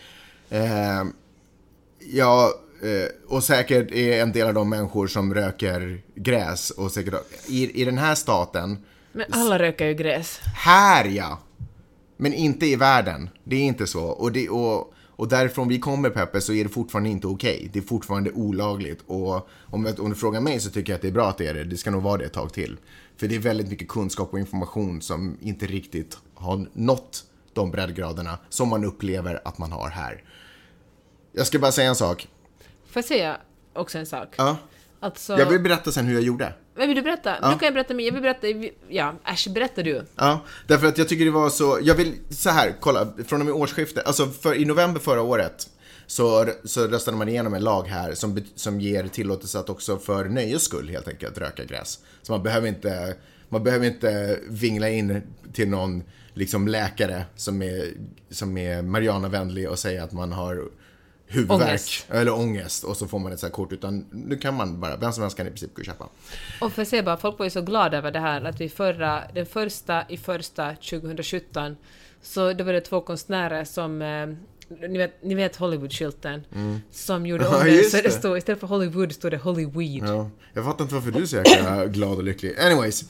Och säkert är en del av de människor som röker gräs, och säkert i den här staten. Men alla röker ju gräs. Här, ja. Men inte i världen. Det är inte så. Och därifrån vi kommer, Peppe, så är det fortfarande inte okej. Det är fortfarande olagligt. Och om du frågar mig så tycker jag att det är bra att det är det. Det ska nog vara det ett tag till. För det är väldigt mycket kunskap och information som inte riktigt har nått de breddgraderna som man upplever att man har här. Jag ska bara säga en sak. Får jag säga också en sak? Ja. Alltså, jag vill berätta sen hur jag gjorde. Men vill du berätta? Ja. Nu kan jag berätta, men jag vill berätta. Ja, berätta du. Ja, därför att jag tycker det var så. Jag vill så här, kolla, från och med årsskiftet, alltså i november förra året så röstade man igenom en lag här som ger tillåtelse att också för nöjes skull helt enkelt röka gräs. Så man behöver inte vingla in till någon liksom läkare som är marijuanavänlig och säga att man har huvudvärk eller ångest, och så får man ett så här kort, utan nu kan man bara, vem som helst kan i princip gå och köpa. Och för att se bara, folk var ju så glada över det här, att vi den första 2017, så då var det 2 konstnärer som ni vet Hollywood-skylten som gjorde om det, så det stod, istället för Hollywood stod det Hollyweed. Ja, jag fattar inte varför du är så jäkla glad och lycklig. Anyways,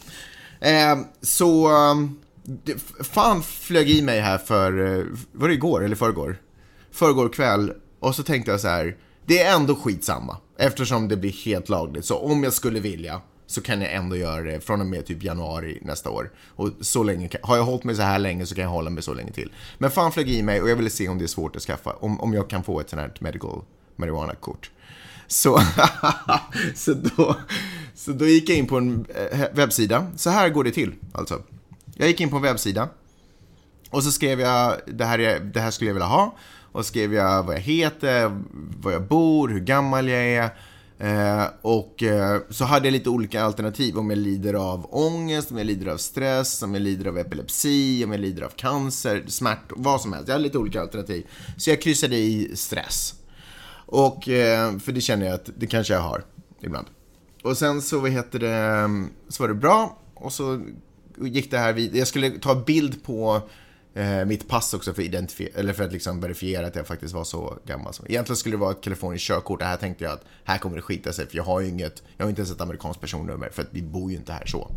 fan flög i mig här var det igår eller förrgår kväll, och så tänkte jag så här: det är ändå skitsamma eftersom det blir helt lagligt, så om jag skulle vilja så kan jag ändå göra det från och med typ januari nästa år, och så länge har jag hållit mig så här länge, så kan jag hålla mig så länge till. Men fan flög i mig, och jag ville se om det är svårt att skaffa, om jag kan få ett sånt här medical marijuana-kort. Så då gick jag in på en webbsida. Så här går det till alltså. Jag gick in på en webbsida och så skrev jag det här skulle jag vilja ha, och skrev jag vad jag heter, var jag bor, hur gammal jag är, och så hade jag lite olika alternativ, om jag lider av ångest, om jag lider av stress, om jag lider av epilepsi, om jag lider av cancer, smärta, vad som helst. Jag hade lite olika alternativ. Så jag kryssade i stress. Och för det känner jag att det kanske jag har ibland. Och sen så så var det bra, och så gick det här vid. Jag skulle ta bild på mitt pass också för att liksom verifiera att jag faktiskt var så gammal. Egentligen skulle det vara ett kaliforniskt körkort. Det här tänkte jag att här kommer det skita sig, för jag har inte ens ett amerikanskt personnummer, för att vi bor ju inte här så.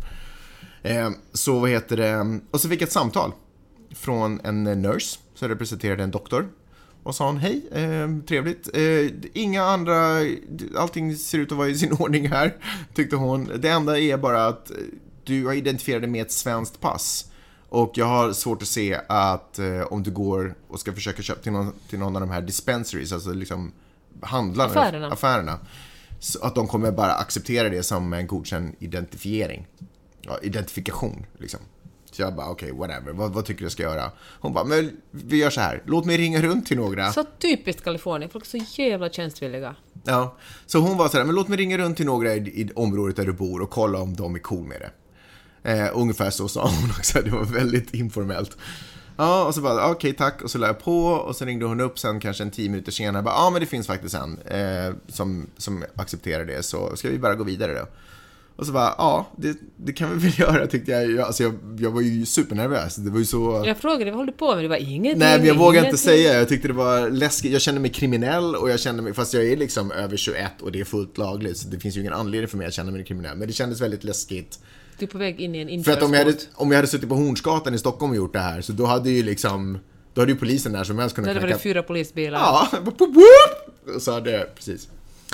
Och så fick jag ett samtal från en nurse som representerade en doktor. Och sa hon: hej, trevligt. Inga andra, allting ser ut att vara i sin ordning här, tyckte hon. Det enda är bara att du har identifierat dig med ett svenskt pass. Och jag har svårt att se att om du går och ska försöka köpa till någon av de här dispensaries, alltså liksom affärerna, så att de kommer bara acceptera det som en godkänd identifikation liksom. Så jag bara, okej, whatever, vad tycker du jag ska göra? Hon bara, men vi gör så här, låt mig ringa runt till några. Så typiskt Kalifornien, folk är så jävla tjänstvilliga. Ja, så hon var så här, men låt mig ringa runt till några i området där du bor och kolla om de är cool med det. Ungefär så sa hon också, det var väldigt informellt. Ja, och så bara, okej, tack. Och så la jag på, och så ringde hon upp sen kanske en 10 minuter senare. Bara, men det finns faktiskt en som accepterar det, så ska vi bara gå vidare då. Och så bara, det kan vi väl göra, tyckte jag. Alltså jag var ju supernervös. Det var ju så. Jag frågade, vad håller du på med? Det var ingenting. Nej, men jag vågade inte säga. Jag tyckte det var läskigt. Jag kände mig kriminell, och jag kände mig, fast jag är liksom över 21 och det är fullt lagligt, så det finns ju ingen anledning för mig att känna mig kriminell. Men det kändes väldigt läskigt. Du är på väg in i en införsport. För att om jag hade suttit på Hornsgatan i Stockholm och gjort det här, så då hade ju polisen där som helst kunnat knacka. Det var 4 polisbilar. Ja, så hade det, precis.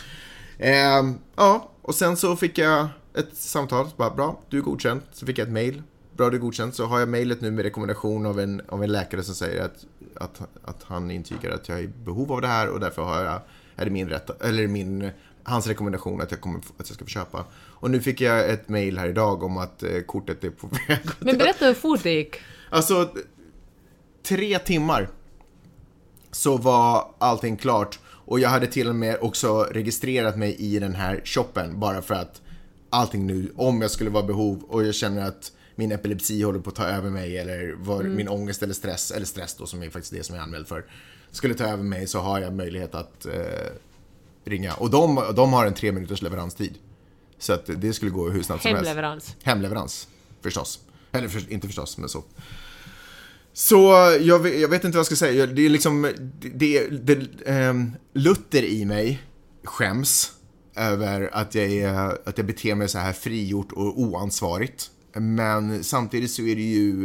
Och sen så fick jag ett samtal, bara, bra, du är godkänd. Så fick jag ett mail, bra, du är godkänd. Så har jag mailet nu med rekommendation av en läkare som säger att att han intygar att jag är i behov av det här och därför är det min rätt, eller hans rekommendation att jag ska få köpa. Och nu fick jag ett mejl här idag om att kortet är på väg. Men berätta hur fort det gick. Alltså 3 timmar så var allting klart. Och jag hade till och med också registrerat mig i den här shoppen bara för att allting nu, om jag skulle vara behov och jag känner att min epilepsi håller på att ta över mig eller min ångest eller stress då, som är faktiskt det som jag är anmäld för, skulle ta över mig, så har jag möjlighet att ringa. Och de har en 3 minuters leveranstid. Så att det skulle gå hur snabbt som helst. Hemleverans, förstås. Eller inte förstås, men så. Så jag vet inte vad jag ska säga. Det är liksom Luther i mig skäms över att jag beter mig så här frigjort och oansvarigt. Men samtidigt så är det ju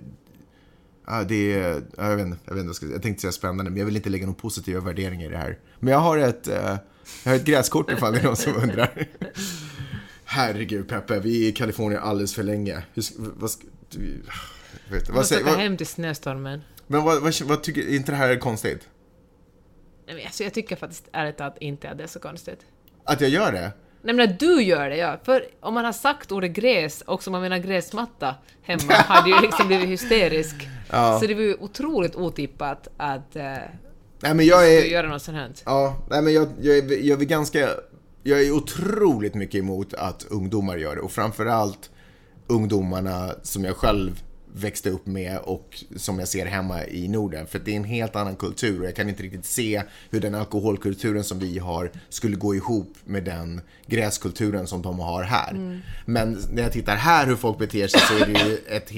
jag tänkte säga spännande, men jag vill inte lägga någon positiva värderingar i det här. Men jag har ett gräskort ifall det är någon som undrar. Herregud Peppe, vi är i Kalifornien alldeles för länge. Vad säger hem till snöstormen. Men vad tycker inte det här är konstigt? Nej, alltså, jag tycker faktiskt ärligt att inte att det är så konstigt. Att jag gör det? Nej, men att du gör det, ja. För om man har sagt ordet gräs och som man menar gräsmatta hemma hade ju liksom blivit hysterisk. Ja. Så det var ju otroligt otippat att göra något sånt här. Ja, nej, men jag är otroligt mycket emot att ungdomar gör det. Och framförallt ungdomarna som jag själv växte upp med och som jag ser hemma i Norden. För det är en helt annan kultur och jag kan inte riktigt se hur den alkoholkulturen som vi har skulle gå ihop med den gräskulturen som de har här. Men när jag tittar här hur folk beter sig så är det ju ett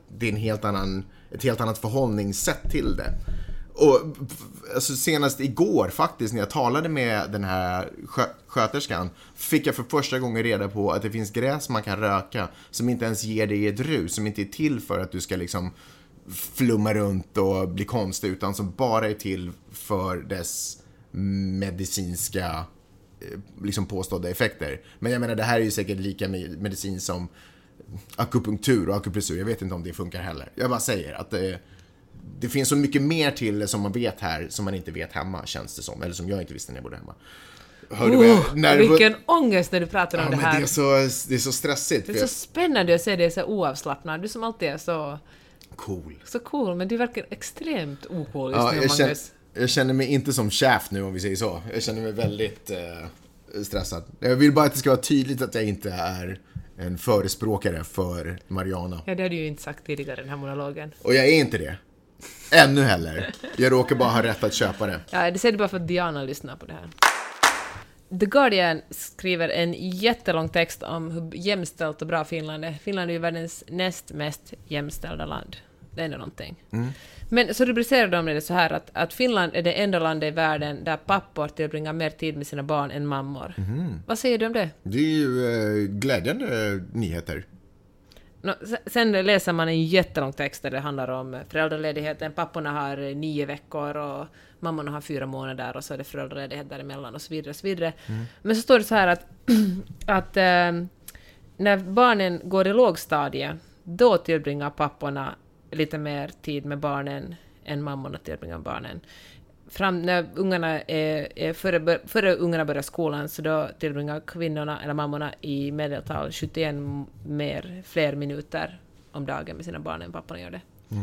helt annat förhållningssätt till det. Och alltså, senast igår faktiskt när jag talade med den här sköterskan fick jag för första gången reda på att det finns gräs man kan röka som inte ens ger dig ett rus, som inte är till för att du ska liksom flumma runt och bli konstig, utan som bara är till för dess medicinska liksom påstådda effekter. Men jag menar, det här är ju säkert lika medicin som akupunktur och akupressur. Jag vet inte om det funkar heller. Jag bara säger att det finns så mycket mer till det som man vet här som man inte vet hemma, känns det som. Eller som jag inte visste när jag bodde hemma. Vilken ångest när du pratar om det här. Men det är så stressigt. Det är så spännande att se dig så oavslappnad. Du som alltid är så cool. Så cool, men du verkar extremt ocool just nu, Magnus. Jag känner mig inte som chef nu, om vi säger så. Jag känner mig väldigt stressad. Jag vill bara att det ska vara tydligt att jag inte är en förespråkare för marijuana. Ja, det hade du ju inte sagt tidigare, den här monologen. Och jag är inte det. Ännu heller. Jag råkar bara ha rätt att köpa det. Ja, det säger du bara för att Diana lyssnar på det här. The Guardian skriver en jättelång text om hur jämställt och bra Finland är. Finland är ju världens näst mest jämställda land. Det är ändå någonting. Men så rubricerar de det så här att Finland är det enda landet i världen där pappor tillbringar mer tid med sina barn än mammor. Vad säger du om det? Det är ju glädjande nyheter. Sen läser man en jättelång text där det handlar om föräldraledigheten. Papporna har 9 veckor och mammorna har 4 månader och så är det föräldraledighet däremellan och så vidare. Och så vidare. Men så står det så här att när barnen går i lågstadie, då tillbringar papporna lite mer tid med barnen än mammorna tillbringar barnen. När ungarna före ungarna börjar skolan, så då tillbringar kvinnorna eller mammorna i medeltal 71 fler minuter om dagen med sina barn än papporna gör det.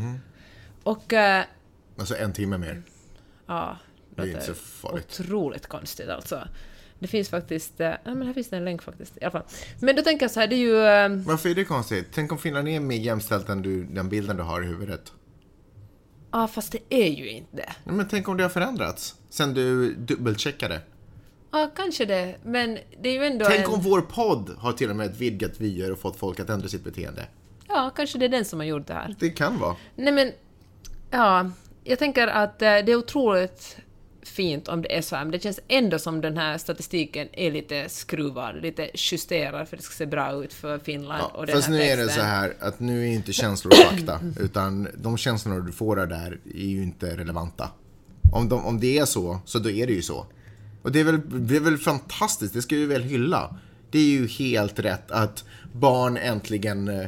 Och alltså 1 timme mer. Ja, det är inte så farligt. Otroligt konstigt alltså. Det finns faktiskt men här finns det en länk faktiskt i alla fall. Men då tänker jag så här, det är ju varför är det konstigt? Tänk om Finland är mer jämställt än den bilden du har i huvudet. Ja, fast det är ju inte det. Ja, men tänk om det har förändrats sen du dubbelcheckade. Ja, kanske det. Men det är ju ändå tänk om vår podd har till och med ett vidgat vyer och fått folk att ändra sitt beteende. Ja, kanske det är den som har gjort det här. Det kan vara. Nej, men ja, jag tänker att det är otroligt fint om det är så här. Men det känns ändå som den här statistiken är lite skruvad, lite justerad för att det ska se bra ut för Finland. Ja, och den fast här nu texten. är det så här att nu är inte känslor fakta, utan de känslor du får där är ju inte relevanta. Om det är så då är det ju så. Och det är väl fantastiskt, det ska vi väl hylla. Det är ju helt rätt att barn äntligen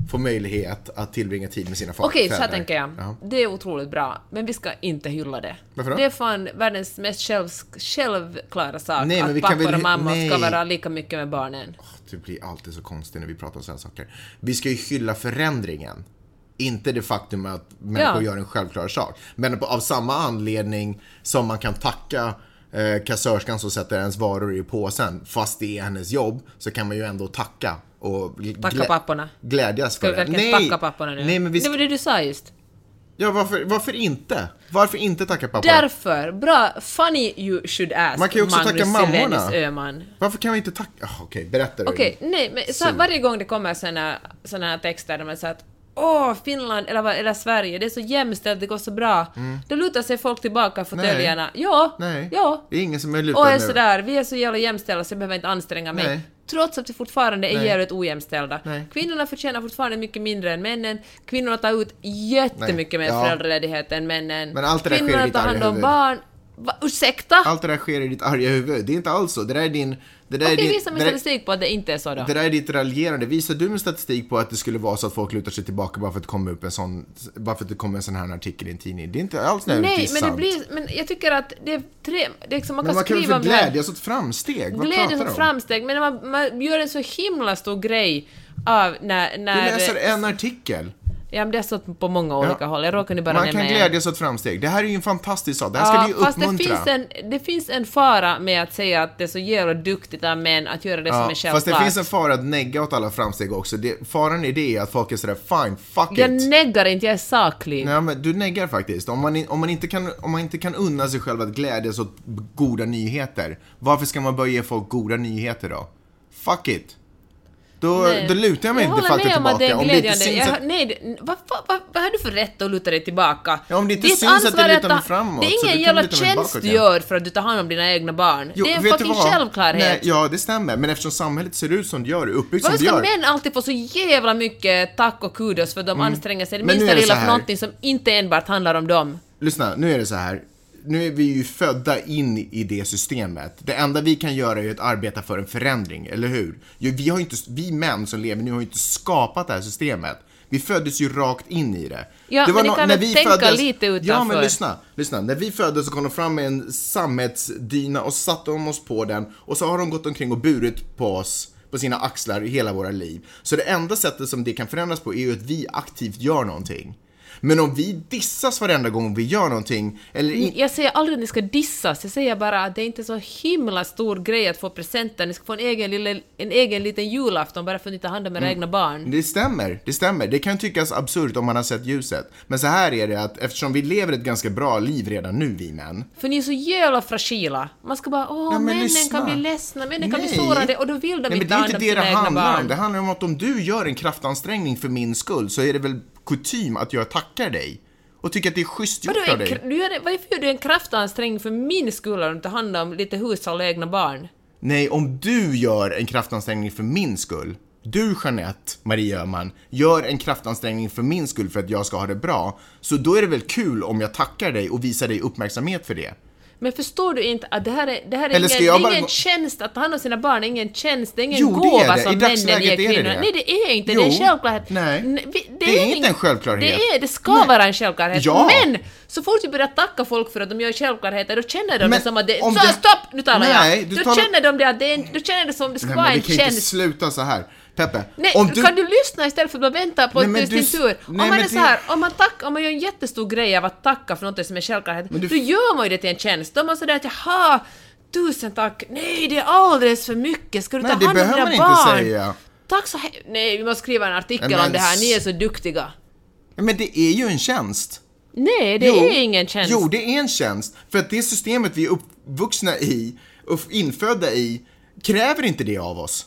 får möjlighet att tillbringa tid med sina föräldrar. Okej, så här tänker jag. Ja. Det är otroligt bra, men vi ska inte hylla det. Varför då? Det är fan världens mest självklara sak. Nej, att pappor och mammor ska vara lika mycket med barnen. Det blir alltid så konstigt när vi pratar om sådana saker. Vi ska ju hylla förändringen. Inte det faktum att människor gör en självklar sak. Men av samma anledning som man kan tacka kassörskan som sätter ens varor i påsen, fast det är hennes jobb, så kan man ju ändå tacka och tacka papporna. Glädjas för det. Ska vi verkligen tacka papporna nu? Nej, men det var det du sa just. Ja, varför inte? Varför inte tacka pappa? Därför, bra, funny you should ask. Man kan ju också Magnus tacka mammorna. Öhman. Varför kan vi inte tacka? Okej, berätta. Okej, nej, men så varje gång det kommer såna här texter där man säger att Finland eller Sverige, det är så jämställt, det går så bra. Då lutar sig folk tillbaka för fåtöljerna. Ja. Det är ingen som är lutad och är nu. sådär, vi är så jävla jämställda så jag behöver inte anstränga mig. Nej. Trots att vi fortfarande är jävligt ojämställda. Nej. Kvinnorna förtjänar fortfarande mycket mindre än männen. Kvinnorna tar ut jättemycket mer föräldraledighet än männen. Men allt det där sker i Kvinnorna ditt tar hand om huvud. barn. Ursäkta? Allt det där sker i ditt arga huvud. Det är inte alls så. Det där är din... Okej, visa mig statistik på att det inte är så då. Det där är ditt raljerande. Visar du med statistik på att det skulle vara så att folk lutar sig tillbaka bara för att det kommer en sån här artikel i en tidning? Det är inte alls nödvändigtvis sant. Men jag tycker att det är det är liksom man kan man skriva kan väl glädjas åt framsteg? Glädjas åt framsteg, men man gör en så himla stor grej av när du läser en artikel. Ja, men det har stått på många olika håll. Jag råkar nu bara man nämna kan glädjas åt framsteg. Det här är ju en fantastisk sak. Det här ska vi uppmuntra. Fast det finns en fara med att säga att det är så jävla duktigt av män att göra det som är självklart. Fast det finns en fara att negga åt alla framsteg också. Faran är det att folk är sådär, fine, fuck it. Jag neggar inte, jag är saklig. Nej, men du neggar faktiskt. Om man inte kan unna sig själv att glädjas åt goda nyheter, varför ska man börja ge folk goda nyheter då? Fuck it. Då lutar jag mig inte faktiskt tillbaka. Om det inte syns vad har du för rätt att luta dig tillbaka? Ja, om det inte syns att det lutar mig framåt. Det är ingen jävla tjänst du gör för att du tar hand om dina egna barn. Det är en fucking självklarhet. Nej, ja, det stämmer. Men eftersom samhället ser ut som det gör, uppbyggt som det gör. Varför ska män alltid få så jävla mycket tack och kudos för att de anstränger sig? Det minsta lilla för någonting som inte enbart handlar om dem. Lyssna, nu är det så här. Nu är vi ju födda in i det systemet. Det enda vi kan göra är att arbeta för en förändring, eller hur? Vi män som lever nu har ju inte skapat det här systemet. Vi föddes ju rakt in i det. Ja, det var men ni kan väl tänka lite utanför. Ja, men lyssna. När vi föddes så kom de fram med en sammetsdyna och satte oss på den. Och så har de gått omkring och burit på oss på sina axlar i hela våra liv. Så det enda sättet som det kan förändras på är ju att vi aktivt gör någonting. Men om vi dissas varenda gång vi gör någonting jag säger aldrig att ni ska dissas. Jag säger bara att det är inte så himla stor grej att få presenter. Ni ska få en egen liten julafton bara för att ni tar hand om era egna barn. Det stämmer. Det kan tyckas absurt om man har sett ljuset. Men så här är det att eftersom vi lever ett ganska bra liv redan nu, vi män. För ni är så jävla fragila. Man ska bara, männen kan bli ledsna, männen kan bli sårade och då vill de inte hand om sina egna barn. Det handlar om att om du gör en kraftansträngning för min skull så är det väl kutym att jag tackar dig och tycker att det är schysst gjort av dig. Varför gör du en kraftansträngning för min skull och inte hand om lite hushåll och egna barn? Nej, om du gör en kraftansträngning för min skull, du Jeanette, Marie Öhman, gör en kraftansträngning för min skull för att jag ska ha det bra, så då är det väl kul om jag tackar dig och visar dig uppmärksamhet för det. Men förstår du inte att det här är ingen tjänst att ta hand om sina barn, ingen tjänst, det är ingen gåva som männen ger kvinnor. Nej, det är inte, det är en självklarhet. Nej, det är inte en självklarhet. Det ska vara en självklarhet. Ja. Men så fort du börjar tacka folk för att de gör självklarheter, då känner de det som att det... Stopp! Nu talar jag! Då känner de det att då känner det som det ska vara en tjänst. Vi kan inte sluta så här. Peppe, nej, kan du lyssna istället för att vänta på din tur? Om man är så här, om man gör en jättestor grej av att tacka för något som är självklarhet, då gör man ju det till en tjänst. Då är man sådär att jaha, 1000 tack. Nej, det är alldeles för mycket. Ska du ta hand om dina barn? Säga. Tack så nej, vi måste skriva en artikel om det här. Ni är så duktiga. Men det är ju en tjänst. Nej, det är ingen tjänst. Jo, det är en tjänst. För att det systemet vi är uppvuxna i och infödda i kräver inte det av oss.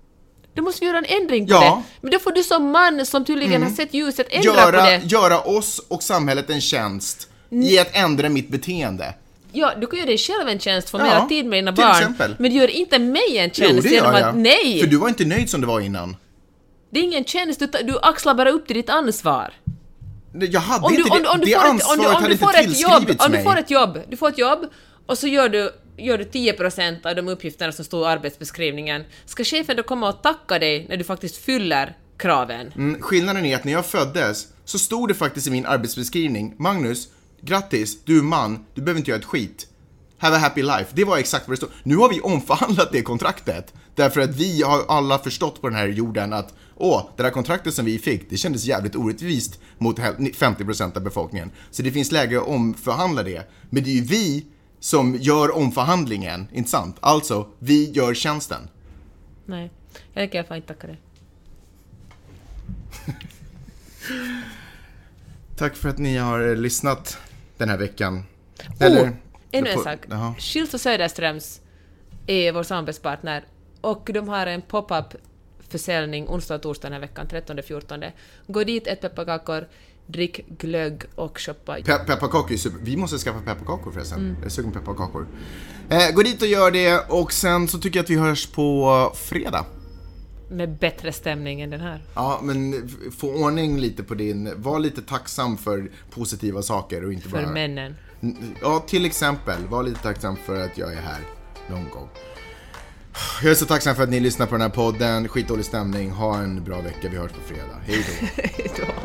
Du måste göra en ändring på det. Men då får du som man som tydligen har sett ljuset ändra på det. Göra oss och samhället en tjänst i att ändra mitt beteende. Ja, du kan göra dig själv en tjänst, få mera tid med dina barn. Exempel. Men du gör inte mig en tjänst. Jo, det gör jag. Nej. För du var inte nöjd som det var innan. Det är ingen tjänst, du axlar bara upp till ditt ansvar. Jag hade inte det ansvaret hade inte tillskrivits mig. Om du får ett jobb och så gör du 10% av de uppgifterna som står i arbetsbeskrivningen. Ska chefen då komma och tacka dig när du faktiskt fyller kraven. Skillnaden är att när jag föddes så stod det faktiskt i min arbetsbeskrivning: Magnus, grattis, du är man, du behöver inte göra ett skit. Have a happy life. Det var exakt vad det stod. Nu har vi omförhandlat det kontraktet. Därför att vi har alla förstått på den här jorden att det där kontraktet som vi fick, det kändes jävligt orättvist mot 50% av befolkningen. Så det finns läge att omförhandla det. Men det är ju vi som gör omförhandlingen, inte sant? Alltså, vi gör tjänsten. Nej, jag tänker i alla fall inte tacka det. Tack för att ni har lyssnat den här veckan. Ännu en sak. Schildt och Söderströms är vår samarbetspartner och de har en pop-up försäljning onsdag och torsdag den här veckan, 13-14. Gå dit, ät pepparkakor, drick glögg och shoppa. Pepparkakor är super. Vi måste skaffa pepparkakor förresten. Jag är sugen på pepparkakor. Gå dit och gör det, och sen så tycker jag att vi hörs på fredag. Med bättre stämning än den här. Ja, men få ordning lite på var lite tacksam för positiva saker och inte för bara... männen. Ja, till exempel. Var lite tacksam för att jag är här någon gång. Jag är så tacksam för att ni lyssnar på den här podden. Skitdålig stämning. Ha en bra vecka. Vi hörs på fredag. Hej då. Hej då.